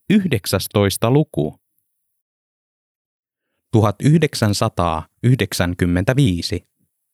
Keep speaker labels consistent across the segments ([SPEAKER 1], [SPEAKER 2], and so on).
[SPEAKER 1] 19. luku. 1995.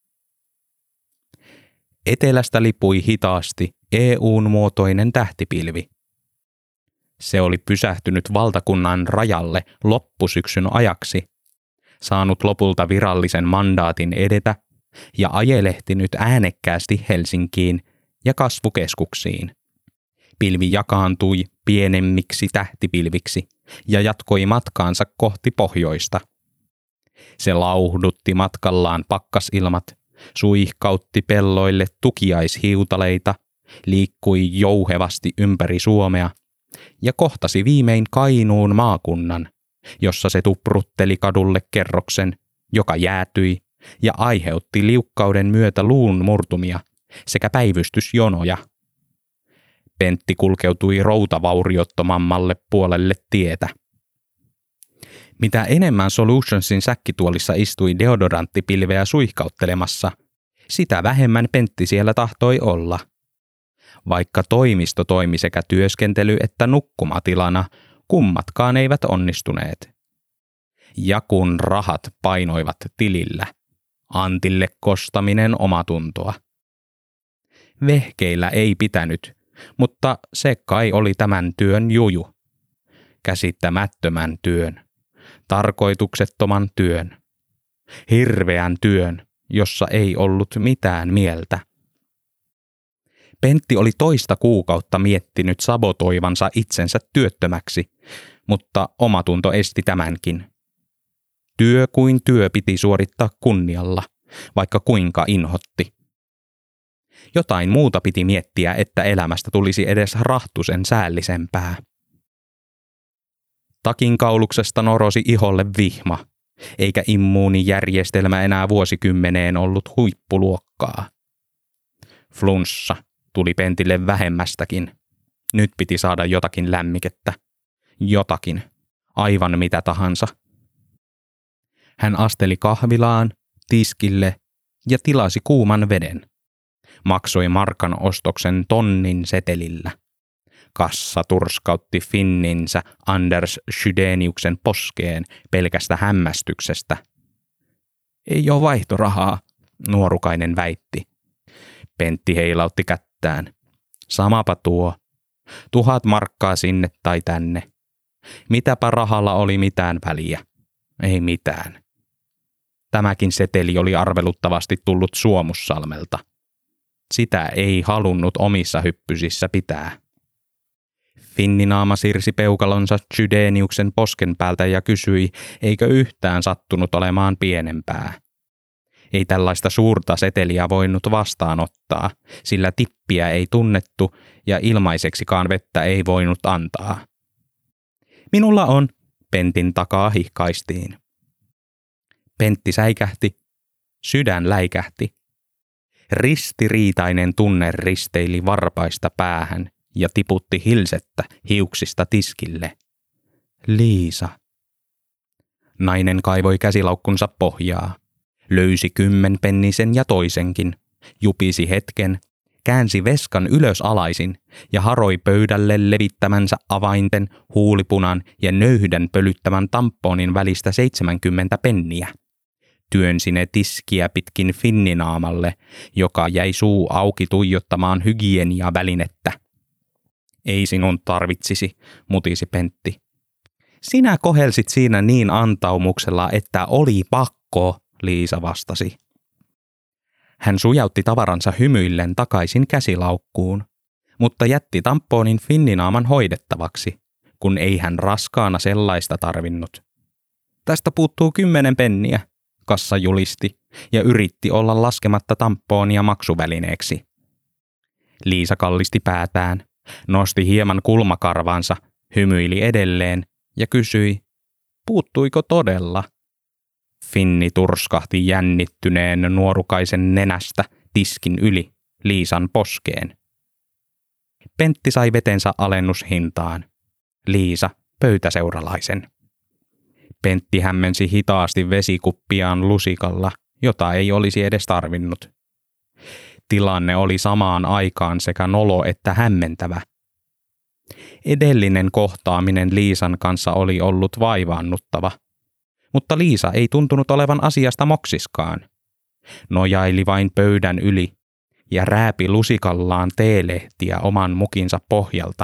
[SPEAKER 1] Etelästä lipui hitaasti EU:n muotoinen tähtipilvi. Se oli pysähtynyt valtakunnan rajalle loppusyksyn ajaksi, saanut lopulta virallisen mandaatin edetä ja ajelehtinyt äänekkäästi Helsinkiin ja kasvukeskuksiin. Pilvi jakaantui pienemmiksi tähtipilviksi ja jatkoi matkaansa kohti pohjoista. Se lauhdutti matkallaan pakkasilmat, suihkautti pelloille tukiaishiutaleita, liikkui jouhevasti ympäri Suomea ja kohtasi viimein Kainuun maakunnan, jossa se tuprutteli kadulle kerroksen, joka jäätyi ja aiheutti liukkauden myötä luun murtumia sekä päivystysjonoja. Pentti kulkeutui routavauriottomammalle puolelle tietä. Mitä enemmän Solutionsin säkkituolissa istui deodoranttipilveä suihkauttelemassa, sitä vähemmän Pentti siellä tahtoi olla. Vaikka toimisto toimi sekä työskentely- että nukkumatilana, kummatkaan eivät onnistuneet. Ja kun rahat painoivat tilillä, Antille kostaminen omatuntoa. Vehkeillä ei pitänyt, mutta se kai oli tämän työn juju. Käsittämättömän työn, tarkoituksettoman työn, hirveän työn, jossa ei ollut mitään mieltä. Pentti oli toista kuukautta miettinyt sabotoivansa itsensä työttömäksi, mutta omatunto esti tämänkin. Työ kuin työ piti suorittaa kunnialla, vaikka kuinka inhotti. Jotain muuta piti miettiä, että elämästä tulisi edes rahtusen säällisempää. Takin kauluksesta norosi iholle vihma, eikä immuunijärjestelmä enää vuosikymmeneen ollut huippuluokkaa. Flunssa tuli Pentille vähemmästäkin. Nyt piti saada jotakin lämmikettä. Jotakin. Aivan mitä tahansa. Hän asteli kahvilaan, tiskille ja tilasi kuuman veden. Maksoi markan ostoksen tonnin setelillä. Kassa turskautti finninsä Anders Chydeniuksen poskeen pelkästä hämmästyksestä. Ei ole vaihtorahaa, nuorukainen väitti. Pentti heilautti kättään. Samapa tuo. 1000 markkaa sinne tai tänne. Mitäpä rahalla oli mitään väliä? Ei mitään. Tämäkin seteli oli arveluttavasti tullut Suomussalmelta. Sitä ei halunnut omissa hyppysissä pitää. Finninaama siirsi peukalonsa Chydeniuksen posken päältä ja kysyi, eikö yhtään sattunut olemaan pienempää. Ei tällaista suurta seteliä voinut vastaanottaa, sillä tippiä ei tunnettu ja ilmaiseksikaan vettä ei voinut antaa. Minulla on, Pentin takaa hihkaistiin. Pentti säikähti, sydän läikähti. Ristiriitainen tunne risteili varpaista päähän ja tiputti hilsettä hiuksista tiskille. Liisa. Nainen kaivoi käsilaukkunsa pohjaa. Löysi 10-pennisen ja toisenkin, jupisi hetken, käänsi veskan ylös alaisin ja haroi pöydälle levittämänsä avainten, huulipunan ja nöyhdän pölyttämän tamponin välistä 70 penniä. Työnsi ne tiskiä pitkin finninaamalle, joka jäi suu auki tuijottamaan hygieniavälinettä. Ei sinun tarvitsisi, mutisi Pentti. Sinä kohelsit siinä niin antaumuksella, että oli pakko, Liisa vastasi. Hän sujautti tavaransa hymyillen takaisin käsilaukkuun, mutta jätti tamponin finninaaman hoidettavaksi, kun ei hän raskaana sellaista tarvinnut. Tästä puuttuu 10 penniä, kassa julisti ja yritti olla laskematta tamponia maksuvälineeksi. Liisa kallisti päätään, nosti hieman kulmakarvansa, hymyili edelleen ja kysyi, puuttuiko todella? Finni turskahti jännittyneen nuorukaisen nenästä tiskin yli Liisan poskeen. Pentti sai vetensä alennushintaan. Liisa pöytäseuralaisen. Pentti hämmensi hitaasti vesikuppiaan lusikalla, jota ei olisi edes tarvinnut. Tilanne oli samaan aikaan sekä nolo että hämmentävä. Edellinen kohtaaminen Liisan kanssa oli ollut vaivaannuttava, mutta Liisa ei tuntunut olevan asiasta moksiskaan. Nojaili vain pöydän yli ja rääpi lusikallaan teelehtiä oman mukinsa pohjalta.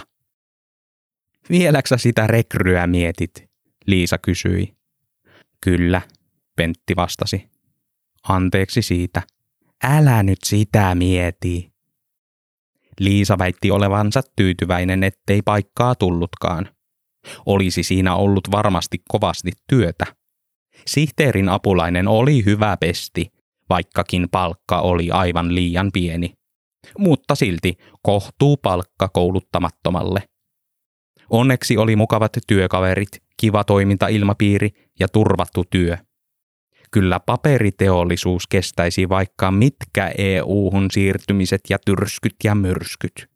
[SPEAKER 1] Vieläksä sitä rekryä mietit? Liisa kysyi. Kyllä, Pentti vastasi. Anteeksi siitä. Älä nyt sitä mieti. Liisa väitti olevansa tyytyväinen, ettei paikkaa tullutkaan. Olisi siinä ollut varmasti kovasti työtä. Sihteerin apulainen oli hyvä pesti, vaikkakin palkka oli aivan liian pieni. Mutta silti kohtuu palkka kouluttamattomalle. Onneksi oli mukavat työkaverit, kiva toimintailmapiiri ja turvattu työ. Kyllä paperiteollisuus kestäisi vaikka mitkä EU-hun siirtymiset ja tyrskyt ja myrskyt.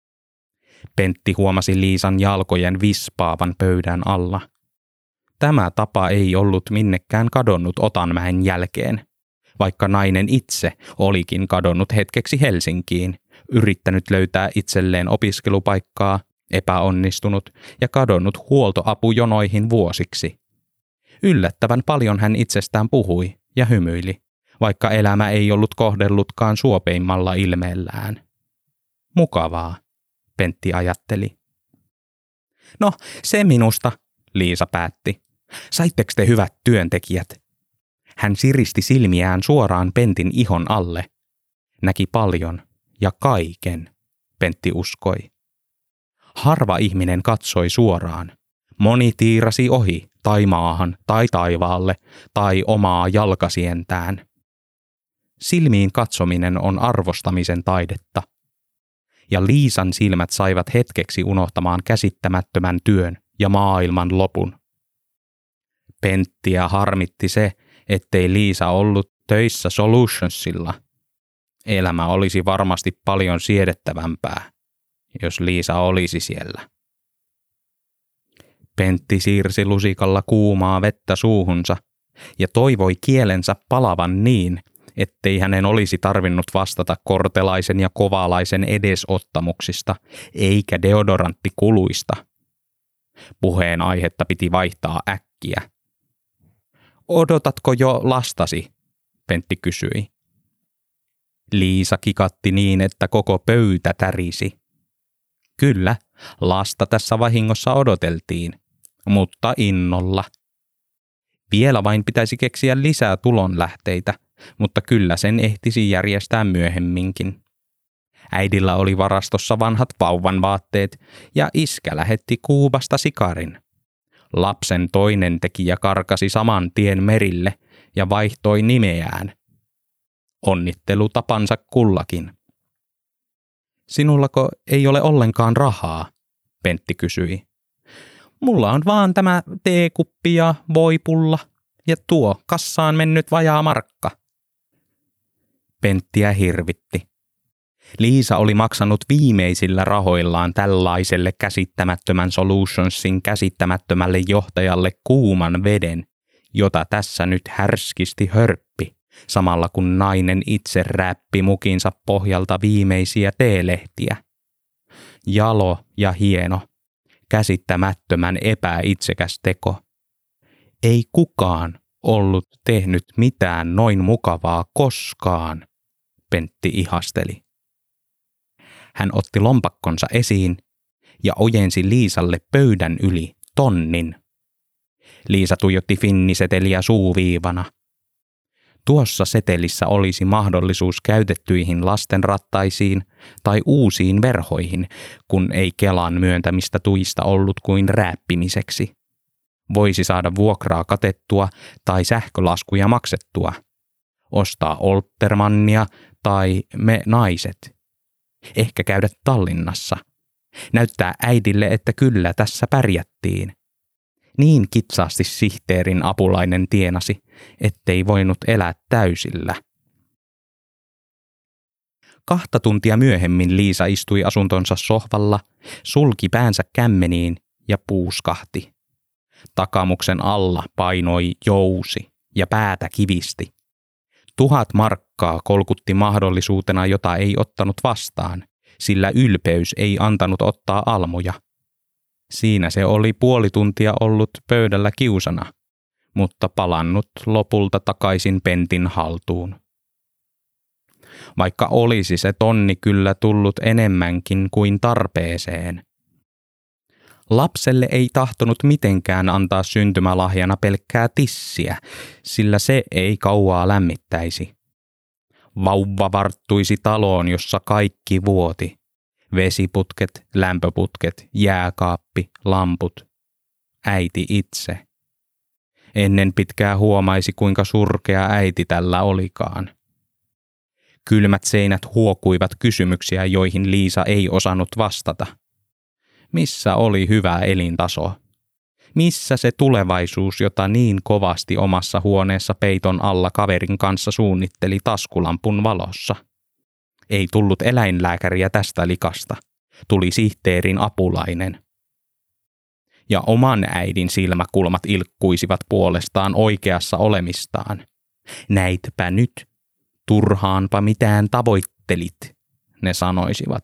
[SPEAKER 1] Pentti huomasi Liisan jalkojen vispaavan pöydän alla. Tämä tapa ei ollut minnekään kadonnut Otanmäen jälkeen, vaikka nainen itse olikin kadonnut hetkeksi Helsinkiin, yrittänyt löytää itselleen opiskelupaikkaa, epäonnistunut ja kadonnut huoltoapujonoihin vuosiksi. Yllättävän paljon hän itsestään puhui ja hymyili, vaikka elämä ei ollut kohdellutkaan suopeimmalla ilmeellään. Mukavaa, Pentti ajatteli. No, se minusta, Liisa päätti. Saitteko te hyvät työntekijät? Hän siristi silmiään suoraan Pentin ihon alle. Näki paljon ja kaiken, Pentti uskoi. Harva ihminen katsoi suoraan. Moni tiirasi ohi, tai maahan, tai taivaalle, tai omaa jalkasientään. Silmiin katsominen on arvostamisen taidetta. Ja Liisan silmät saivat hetkeksi unohtamaan käsittämättömän työn ja maailman lopun. Penttiä harmitti se, ettei Liisa ollut töissä Solutionsilla. Elämä olisi varmasti paljon siedettävämpää, jos Liisa olisi siellä. Pentti siirsi lusikalla kuumaa vettä suuhunsa ja toivoi kielensä palavan niin, ettei hänen olisi tarvinnut vastata kortelaisen ja kovalaisen edesottamuksista eikä deodoranttikuluista. Puheen aihetta piti vaihtaa äkkiä. Odotatko jo lastasi? Pentti kysyi. Liisa kikatti niin, että koko pöytä tärisi. Kyllä, lasta tässä vahingossa odoteltiin, mutta innolla. Vielä vain pitäisi keksiä lisää tulonlähteitä, mutta kyllä sen ehtisi järjestää myöhemminkin. Äidillä oli varastossa vanhat vauvan vaatteet ja iskä lähetti Kuubasta sikarin. Lapsen toinen tekijä karkasi saman tien merille ja vaihtoi nimeään. Onnittelutapansa kullakin. Sinullako ei ole ollenkaan rahaa? Pentti kysyi. Mulla on vaan tämä teekuppi ja voipulla ja tuo kassaan mennyt vajaa markka. Penttiä hirvitti. Liisa oli maksanut viimeisillä rahoillaan tällaiselle käsittämättömän Solutionsin käsittämättömälle johtajalle kuuman veden, jota tässä nyt härskisti hörppi, samalla kun nainen itse räppi mukinsa pohjalta viimeisiä teelehtiä. Jalo ja hieno, käsittämättömän epäitsekäs teko. Ei kukaan ollut tehnyt mitään noin mukavaa koskaan, Pentti ihasteli. Hän otti lompakkonsa esiin ja ojensi Liisalle pöydän yli 1,000. Liisa tuijotti finniseteliä suuviivana. Tuossa setelissä olisi mahdollisuus käytettyihin lastenrattaisiin tai uusiin verhoihin, kun ei Kelan myöntämistä tuista ollut kuin rääppimiseksi. Voisi saada vuokraa katettua tai sähkölaskuja maksettua. Ostaa Oltermannia tai Me naiset. Ehkä käydä Tallinnassa. Näyttää äidille, että kyllä tässä pärjättiin. Niin kitsaasti sihteerin apulainen tienasi, ettei voinut elää täysillä. 2 tuntia myöhemmin Liisa istui asuntonsa sohvalla, sulki päänsä kämmeniin ja puuskahti. Takamuksen alla painoi jousi ja päätä kivisti. 1000 markkaa kolkutti mahdollisuutena, jota ei ottanut vastaan, sillä ylpeys ei antanut ottaa almuja. Siinä se oli puoli tuntia ollut pöydällä kiusana, mutta palannut lopulta takaisin Pentin haltuun. Vaikka olisi se tonni kyllä tullut enemmänkin kuin tarpeeseen. Lapselle ei tahtonut mitenkään antaa syntymälahjana pelkkää tissiä, sillä se ei kauaa lämmittäisi. Vauva varttuisi taloon, jossa kaikki vuoti. Vesiputket, lämpöputket, jääkaappi, lamput. Äiti itse. Ennen pitkää huomaisi, kuinka surkea äiti tällä olikaan. Kylmät seinät huokuivat kysymyksiä, joihin Liisa ei osannut vastata. Missä oli hyvä elintaso? Missä se tulevaisuus, jota niin kovasti omassa huoneessa peiton alla kaverin kanssa suunnitteli taskulampun valossa? Ei tullut eläinlääkäriä tästä likasta. Tuli sihteerin apulainen. Ja oman äidin silmäkulmat ilkkuisivat puolestaan oikeassa olemistaan. Näitpä nyt, turhaanpa mitään tavoittelit, ne sanoisivat.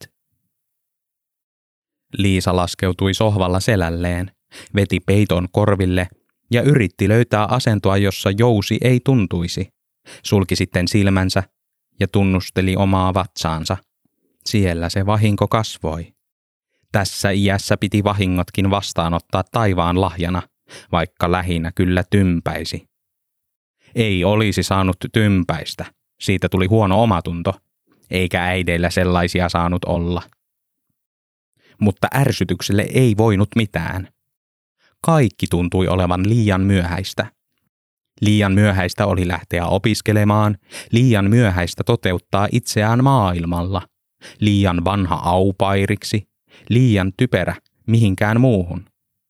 [SPEAKER 1] Liisa laskeutui sohvalla selälleen, veti peiton korville ja yritti löytää asentoa, jossa jousi ei tuntuisi. Sulki sitten silmänsä ja tunnusteli omaa vatsaansa. Siellä se vahinko kasvoi. Tässä iässä piti vahingotkin vastaanottaa taivaan lahjana, vaikka lähinnä kyllä tympäisi. Ei olisi saanut tympäistä, siitä tuli huono omatunto, eikä äideillä sellaisia saanut olla. Mutta ärsytykselle ei voinut mitään. Kaikki tuntui olevan liian myöhäistä. Liian myöhäistä oli lähteä opiskelemaan, liian myöhäistä toteuttaa itseään maailmalla, liian vanha aupairiksi, liian typerä mihinkään muuhun.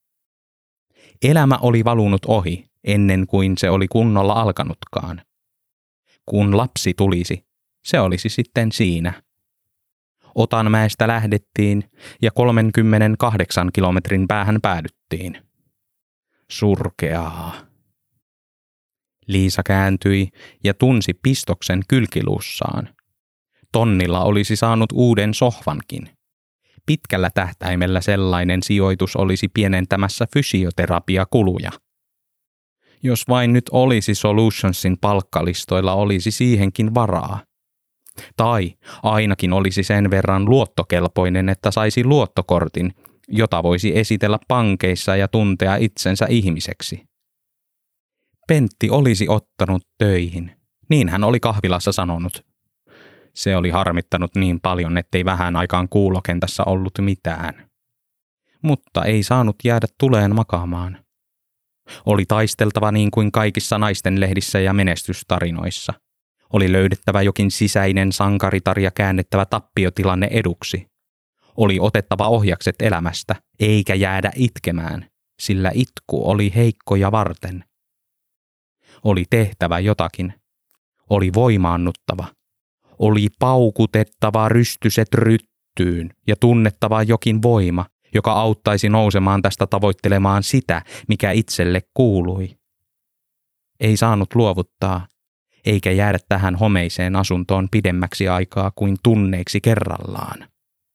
[SPEAKER 1] Elämä oli valunut ohi ennen kuin se oli kunnolla alkanutkaan. Kun lapsi tulisi, se olisi sitten siinä. Otanmäestä lähdettiin ja 38 kilometrin päähän päädyttiin. Surkeaa. Liisa kääntyi ja tunsi pistoksen kylkiluussaan. Tonnilla olisi saanut uuden sohvankin. Pitkällä tähtäimellä sellainen sijoitus olisi pienentämässä fysioterapiakuluja. Jos vain nyt olisi Solutionsin palkkalistoilla, olisi siihenkin varaa. Tai ainakin olisi sen verran luottokelpoinen, että saisi luottokortin, jota voisi esitellä pankeissa ja tuntea itsensä ihmiseksi. Pentti olisi ottanut töihin. Niin hän oli kahvilassa sanonut. Se oli harmittanut niin paljon, ettei vähän aikaan kuulokentässä ollut mitään. Mutta ei saanut jäädä tuleen makaamaan. Oli taisteltava niin kuin kaikissa naistenlehdissä ja menestystarinoissa. Oli löydettävä jokin sisäinen sankaritar ja käännettävä tappiotilanne eduksi. Oli otettava ohjakset elämästä, eikä jäädä itkemään, sillä itku oli heikkoja varten. Oli tehtävä jotakin. Oli voimaannuttava. Oli paukutettava rystyset ryttyyn ja tunnettava jokin voima, joka auttaisi nousemaan tästä tavoittelemaan sitä, mikä itselle kuului. Ei saanut luovuttaa, eikä jäädä tähän homeiseen asuntoon pidemmäksi aikaa kuin tunneiksi kerrallaan.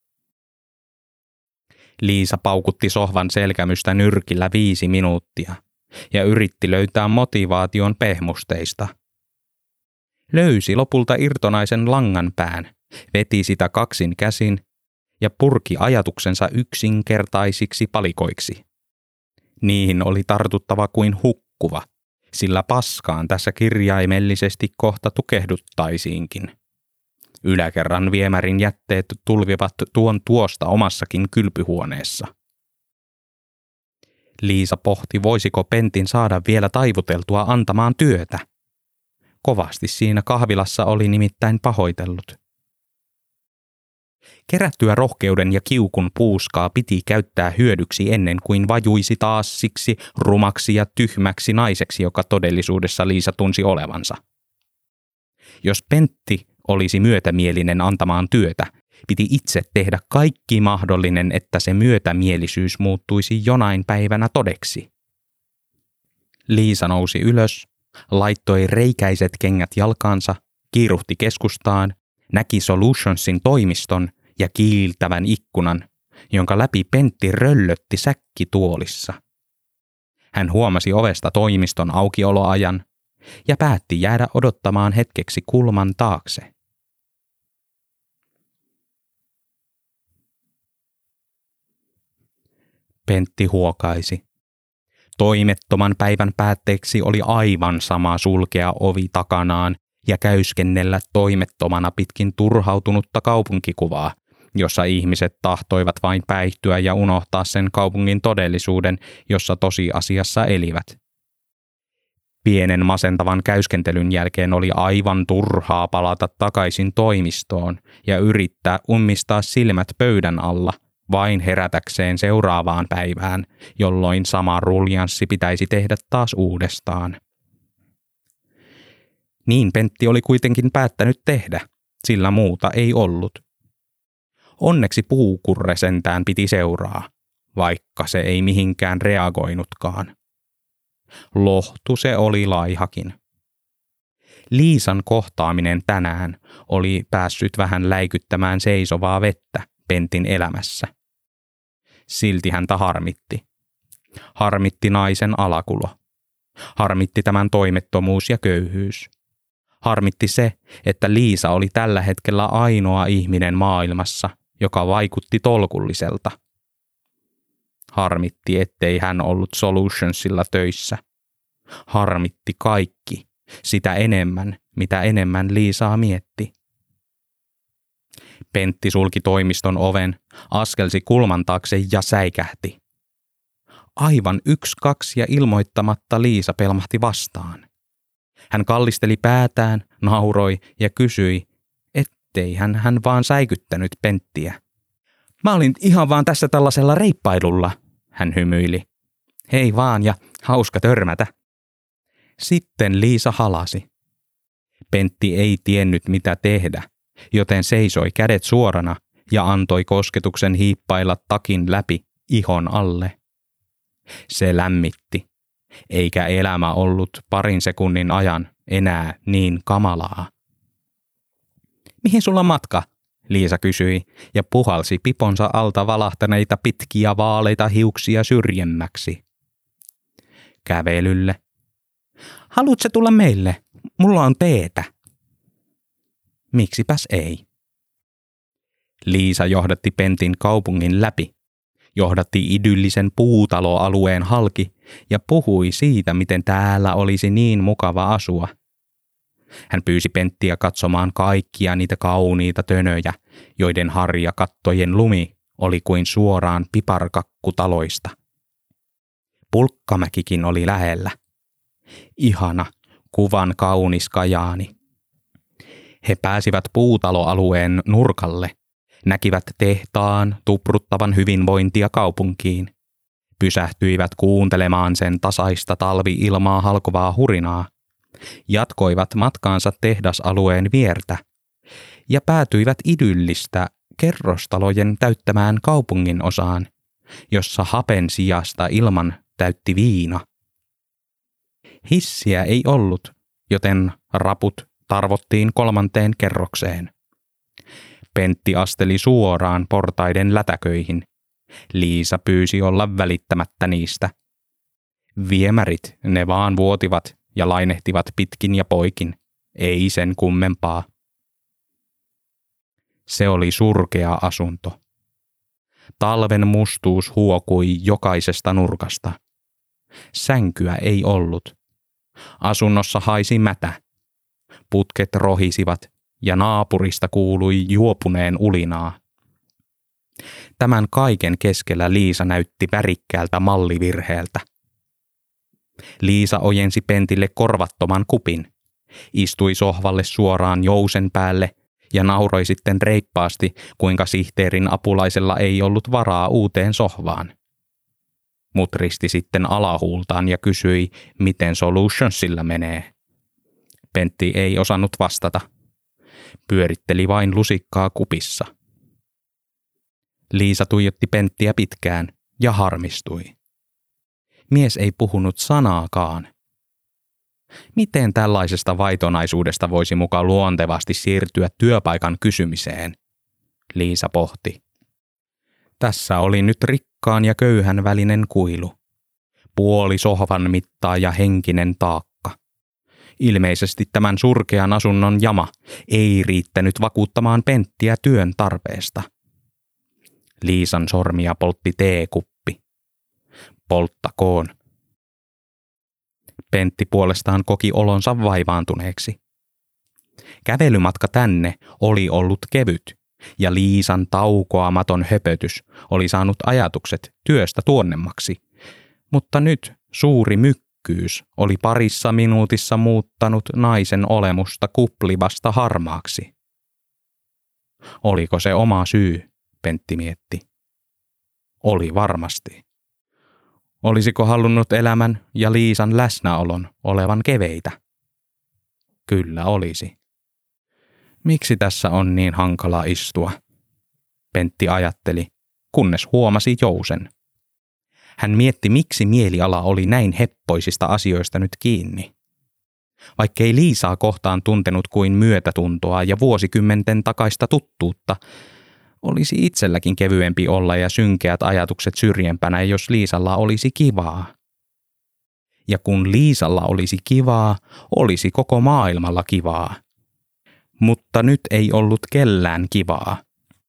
[SPEAKER 1] Liisa paukutti sohvan selkämystä nyrkillä 5 minuuttia ja yritti löytää motivaation pehmusteista. Löysi lopulta irtonaisen langanpään, veti sitä kaksin käsin ja purki ajatuksensa yksinkertaisiksi palikoiksi. Niihin oli tartuttava kuin hukkuva, sillä paskaan tässä kirjaimellisesti kohta tukehduttaisiinkin. Yläkerran viemärin jätteet tulvivat tuosta omassakin kylpyhuoneessa. Liisa pohti, voisiko Pentin saada vielä taivuteltua antamaan työtä. Kovasti siinä kahvilassa oli nimittäin pahoitellut. Kerättyä rohkeuden ja kiukun puuskaa piti käyttää hyödyksi ennen kuin vajuisi taas siksi rumaksi ja tyhmäksi naiseksi, joka todellisuudessa Liisa tunsi olevansa. Jos Pentti olisi myötämielinen antamaan työtä, piti itse tehdä kaikki mahdollinen, että se myötämielisyys muuttuisi jonain päivänä todeksi. Liisa nousi ylös, laittoi reikäiset kengät jalkaansa, kiiruhti keskustaan, näki Solutionsin toimiston ja kiiltävän ikkunan, jonka läpi Pentti röllötti säkkituolissa. Hän huomasi ovesta toimiston aukioloajan ja päätti jäädä odottamaan hetkeksi kulman taakse. Pentti huokaisi. Toimettoman päivän päätteeksi oli aivan sama sulkea ovi takanaan ja käyskennellä toimettomana pitkin turhautunutta kaupunkikuvaa, jossa ihmiset tahtoivat vain päihtyä ja unohtaa sen kaupungin todellisuuden, jossa tosiasiassa elivät. Pienen masentavan käyskentelyn jälkeen oli aivan turhaa palata takaisin toimistoon ja yrittää ummistaa silmät pöydän alla, vain herätäkseen seuraavaan päivään, jolloin sama ruljanssi pitäisi tehdä taas uudestaan. Niin Pentti oli kuitenkin päättänyt tehdä, sillä muuta ei ollut. Onneksi puukurre sentään piti seuraa, vaikka se ei mihinkään reagoinutkaan. Lohtu se oli laihakin. Liisan kohtaaminen tänään oli päässyt vähän läikyttämään seisovaa vettä Pentin elämässä. Silti häntä harmitti. Harmitti naisen alakulo. Harmitti tämän toimettomuus ja köyhyys. Harmitti se, että Liisa oli tällä hetkellä ainoa ihminen maailmassa, joka vaikutti tolkulliselta. Harmitti, ettei hän ollut Solutionsilla töissä. Harmitti kaikki, sitä enemmän, mitä enemmän Liisaa mietti. Pentti sulki toimiston oven, askelsi kulman taakse ja säikähti. Aivan 1-2 ja ilmoittamatta Liisa pelmahti vastaan. Hän kallisteli päätään, nauroi ja kysyi, ettei hän vaan säikyttänyt Penttiä. Mä olin ihan vaan tässä tällaisella reippailulla, hän hymyili. Hei vaan ja hauska törmätä. Sitten Liisa halasi. Pentti ei tiennyt mitä tehdä, joten seisoi kädet suorana ja antoi kosketuksen hiippailla takin läpi ihon alle. Se lämmitti, eikä elämä ollut parin sekunnin ajan enää niin kamalaa. Mihin sulla matka? Liisa kysyi ja puhalsi piponsa alta valahtaneita pitkiä vaaleita hiuksia syrjemmäksi. Kävelylle. Haluatko tulla meille? Mulla on teetä. Miksipäs ei? Liisa johdatti Pentin kaupungin läpi, johdatti idyllisen puutaloalueen halki ja puhui siitä, miten täällä olisi niin mukava asua. Hän pyysi Penttiä katsomaan kaikkia niitä kauniita tönöjä, joiden harjakattojen lumi oli kuin suoraan piparkakkutaloista. Pulkkamäkikin oli lähellä. Ihana, kuvan kaunis Kajaani. He pääsivät puutaloalueen nurkalle, näkivät tehtaan tupruttavan hyvinvointia kaupunkiin, pysähtyivät kuuntelemaan sen tasaista talvi-ilmaa halkovaa hurinaa, jatkoivat matkaansa tehdasalueen viertä ja päätyivät idyllistä kerrostalojen täyttämään kaupungin osaan, jossa hapen sijasta ilman täytti viina. Hissiä ei ollut, joten raput tarvottiin 3. kerrokseen. Pentti asteli suoraan portaiden lätäköihin. Liisa pyysi olla välittämättä niistä. Viemärit ne vaan vuotivat ja lainehtivat pitkin ja poikin, ei sen kummempaa. Se oli surkea asunto. Talven mustuus huokui jokaisesta nurkasta. Sänkyä ei ollut. Asunnossa haisi mätä. Putket rohisivat ja naapurista kuului juopuneen ulinaa. Tämän kaiken keskellä Liisa näytti värikkäältä mallivirheeltä. Liisa ojensi Pentille korvattoman kupin, istui sohvalle suoraan jousen päälle ja nauroi sitten reippaasti, kuinka sihteerin apulaisella ei ollut varaa uuteen sohvaan. Mutristi sitten alahuultaan ja kysyi, miten Solutionsilla menee. Pentti ei osannut vastata. Pyöritteli vain lusikkaa kupissa. Liisa tuijotti Penttiä pitkään ja harmistui. Mies ei puhunut sanaakaan. Miten tällaisesta vaitonaisuudesta voisi muka luontevasti siirtyä työpaikan kysymiseen? Liisa pohti. Tässä oli nyt rikkaan ja köyhän välinen kuilu. Puoli sohvan mittaa ja henkinen taakka. Ilmeisesti tämän surkean asunnon jama ei riittänyt vakuuttamaan Penttiä työn tarpeesta. Liisan sormia poltti teekuppi. Polttakoon. Pentti puolestaan koki olonsa vaivaantuneeksi. Kävelymatka tänne oli ollut kevyt, ja Liisan taukoamaton höpötys oli saanut ajatukset työstä tuonnemmaksi, mutta nyt suuri mykkyys oli parissa minuutissa muuttanut naisen olemusta kuplivasta harmaaksi. Oliko se oma syy, Pentti mietti. Oli varmasti. Olisiko halunnut elämän ja Liisan läsnäolon olevan keveitä? Kyllä olisi. Miksi tässä on niin hankala istua? Pentti ajatteli, kunnes huomasi Jousen. Hän mietti, miksi mieliala oli näin heppoisista asioista nyt kiinni. Vaikkei Liisaa kohtaan tuntenut kuin myötätuntoa ja vuosikymmenten takaista tuttuutta, olisi itselläkin kevyempi olla ja synkeät ajatukset syrjempänä, jos Liisalla olisi kivaa. Ja kun Liisalla olisi kivaa, olisi koko maailmalla kivaa. Mutta nyt ei ollut kellään kivaa.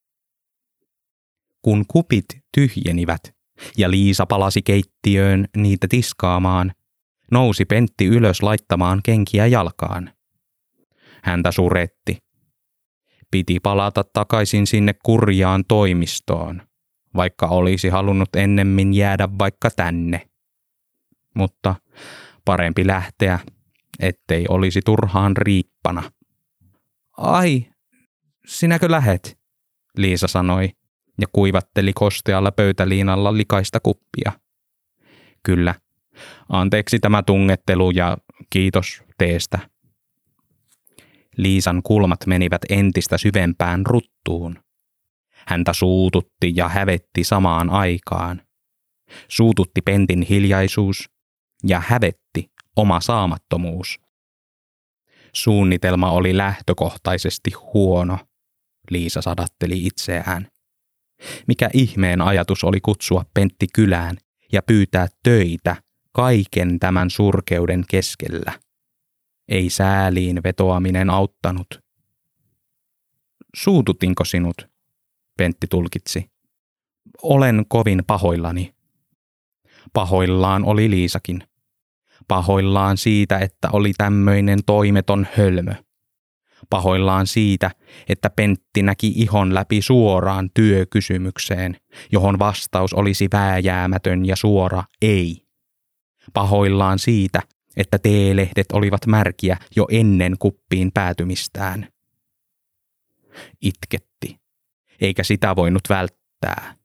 [SPEAKER 1] Kun kupit tyhjenivät ja Liisa palasi keittiöön niitä tiskaamaan, nousi Pentti ylös laittamaan kenkiä jalkaan. Häntä suretti. Piti palata takaisin sinne kurjaan toimistoon, vaikka olisi halunnut ennemmin jäädä vaikka tänne. Mutta parempi lähteä, ettei olisi turhaan riippana. Ai, sinäkö lähet? Liisa sanoi ja kuivatteli kostealla pöytäliinalla likaista kuppia. Kyllä, anteeksi tämä tungettelu ja kiitos teestä. Liisan kulmat menivät entistä syvempään ruttuun. Häntä suututti ja hävetti samaan aikaan. Suututti Pentin hiljaisuus ja hävetti oma saamattomuus. Suunnitelma oli lähtökohtaisesti huono, Liisa sadatteli itseään. Mikä ihmeen ajatus oli kutsua Pentti kylään ja pyytää töitä kaiken tämän surkeuden keskellä. Ei sääliin vetoaminen auttanut. Suututinko sinut? Pentti tulkitsi. Olen kovin pahoillani. Pahoillaan oli Liisakin. Pahoillaan siitä, että oli tämmöinen toimeton hölmö. Pahoillaan siitä, että Pentti näki ihon läpi suoraan työkysymykseen, johon vastaus olisi vääjäämätön ja suora ei. Pahoillaan siitä, että teelehdet olivat märkiä jo ennen kuppiin päätymistään. Itketti, eikä sitä voinut välttää.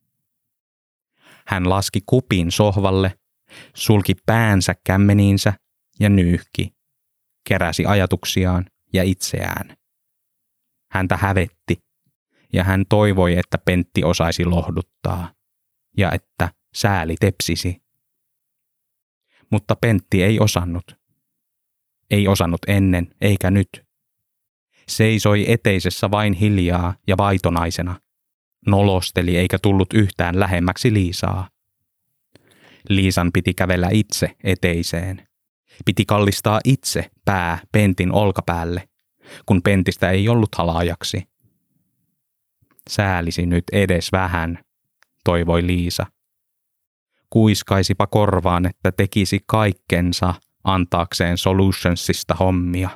[SPEAKER 1] Hän laski kupin sohvalle, sulki päänsä kämmeniinsä ja nyyhki, keräsi ajatuksiaan ja itseään. Häntä hävetti ja hän toivoi, että Pentti osaisi lohduttaa ja että sääli tepsisi. Mutta Pentti ei osannut. Ei osannut ennen eikä nyt. Seisoi eteisessä vain hiljaa ja vaitonaisena. Nolosteli eikä tullut yhtään lähemmäksi Liisaa. Liisan piti kävellä itse eteiseen. Piti kallistaa itse pää Pentin olkapäälle, kun Pentistä ei ollut halaajaksi. Säälisi nyt edes vähän, toivoi Liisa. Kuiskaisipa korvaan, että tekisi kaikkensa antaakseen Solutionsista hommia.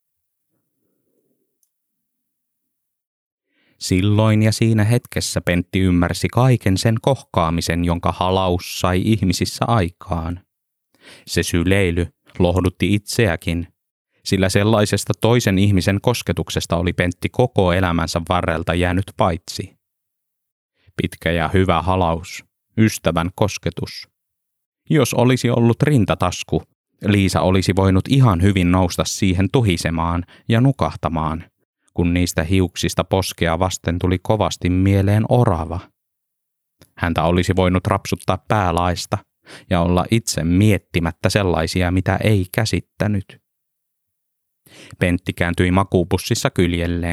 [SPEAKER 1] Silloin ja siinä hetkessä Pentti ymmärsi kaiken sen kohkaamisen, jonka halaus sai ihmisissä aikaan. Se syleily lohdutti itseäkin, sillä sellaisesta toisen ihmisen kosketuksesta oli Pentti koko elämänsä varrelta jäänyt paitsi. Pitkä ja hyvä halaus, ystävän kosketus. Jos olisi ollut rintatasku, Liisa olisi voinut ihan hyvin nousta siihen tuhisemaan ja nukahtamaan, kun niistä hiuksista poskea vasten tuli kovasti mieleen orava. Häntä olisi voinut rapsuttaa päälaista ja olla itse miettimättä sellaisia, mitä ei käsittänyt. Pentti kääntyi makuupussissa kyljelleen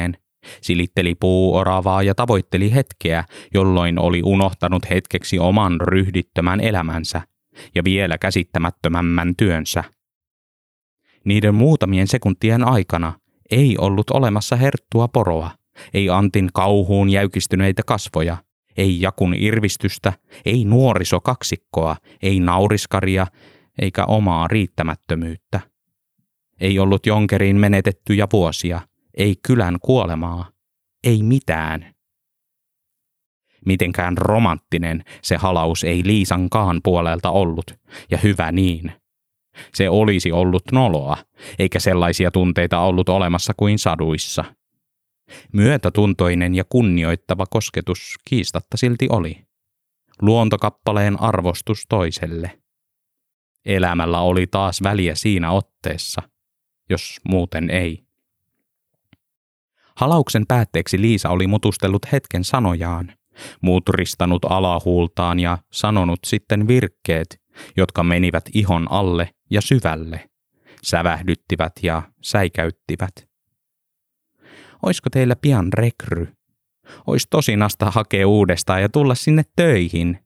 [SPEAKER 1] Silitteli puuoravaa ja tavoitteli hetkeä, jolloin oli unohtanut hetkeksi oman ryhdittömän elämänsä ja vielä käsittämättömämmän työnsä. Niiden muutamien sekuntien aikana ei ollut olemassa herttua poroa, ei Antin kauhuun jäykistyneitä kasvoja, ei Jakun irvistystä, ei nuorisokaksikkoa, ei nauriskaria eikä omaa riittämättömyyttä. Ei ollut Jonkeriin menetettyjä vuosia, ei kylän kuolemaa, ei mitään. Mitenkään romanttinen se halaus ei Liisankaan puolelta ollut, ja hyvä niin. Se olisi ollut noloa, eikä sellaisia tunteita ollut olemassa kuin saduissa. Myötätuntoinen ja kunnioittava kosketus kiistatta silti oli. Luontokappaleen arvostus toiselle. Elämällä oli taas väliä siinä otteessa, jos muuten ei. Halauksen päätteeksi Liisa oli mutustellut hetken sanojaan, mutristanut alahuultaan ja sanonut sitten virkkeet, jotka menivät ihon alle ja syvälle, sävähdyttivät ja säikäyttivät. Oisko teillä pian rekry? Ois tosinasta hakea uudestaan ja tulla sinne töihin.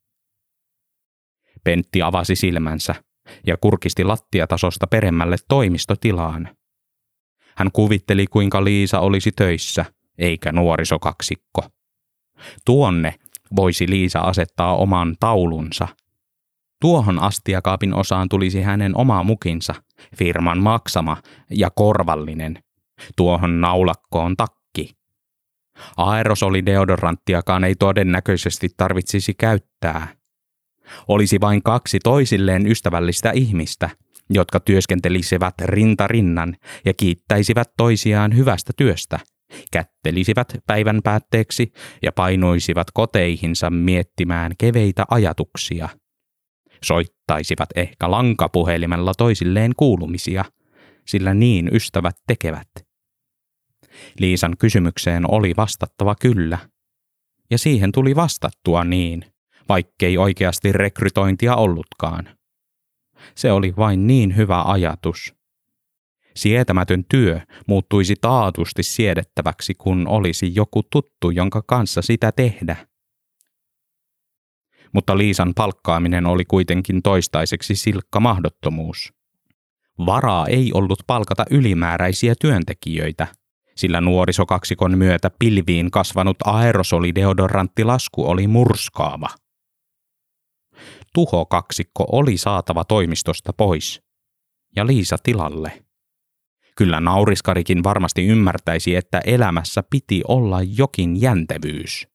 [SPEAKER 1] Pentti avasi silmänsä ja kurkisti lattiatasosta peremmälle toimistotilaan. Hän kuvitteli, kuinka Liisa olisi töissä, eikä nuorisokaksikko. Tuonne voisi Liisa asettaa oman taulunsa. Tuohon astiakaapin osaan tulisi hänen oma mukinsa, firman maksama ja korvallinen. Tuohon naulakkoon takki. Aerosolideodoranttiakaan ei todennäköisesti tarvitsisi käyttää. Olisi vain 2 toisilleen ystävällistä ihmistä, jotka työskentelisivät rinta rinnan ja kiittäisivät toisiaan hyvästä työstä, kättelisivät päivän päätteeksi ja painuisivat koteihinsa miettimään keveitä ajatuksia. Soittaisivat ehkä lankapuhelimella toisilleen kuulumisia, sillä niin ystävät tekevät. Liisan kysymykseen oli vastattava kyllä, ja siihen tuli vastattua niin, vaikkei oikeasti rekrytointia ollutkaan. Se oli vain niin hyvä ajatus. Sietämätön työ muuttuisi taatusti siedettäväksi, kun olisi joku tuttu, jonka kanssa sitä tehdä. Mutta Liisan palkkaaminen oli kuitenkin toistaiseksi silkka mahdottomuus. Varaa ei ollut palkata ylimääräisiä työntekijöitä, sillä nuorisokaksikon myötä pilviin kasvanut aerosolideodoranttilasku oli murskaava. Tuhokaksikko oli saatava toimistosta pois, ja Liisa tilalle. Kyllä nauriskarikin varmasti ymmärtäisi, että elämässä piti olla jokin jäntevyys.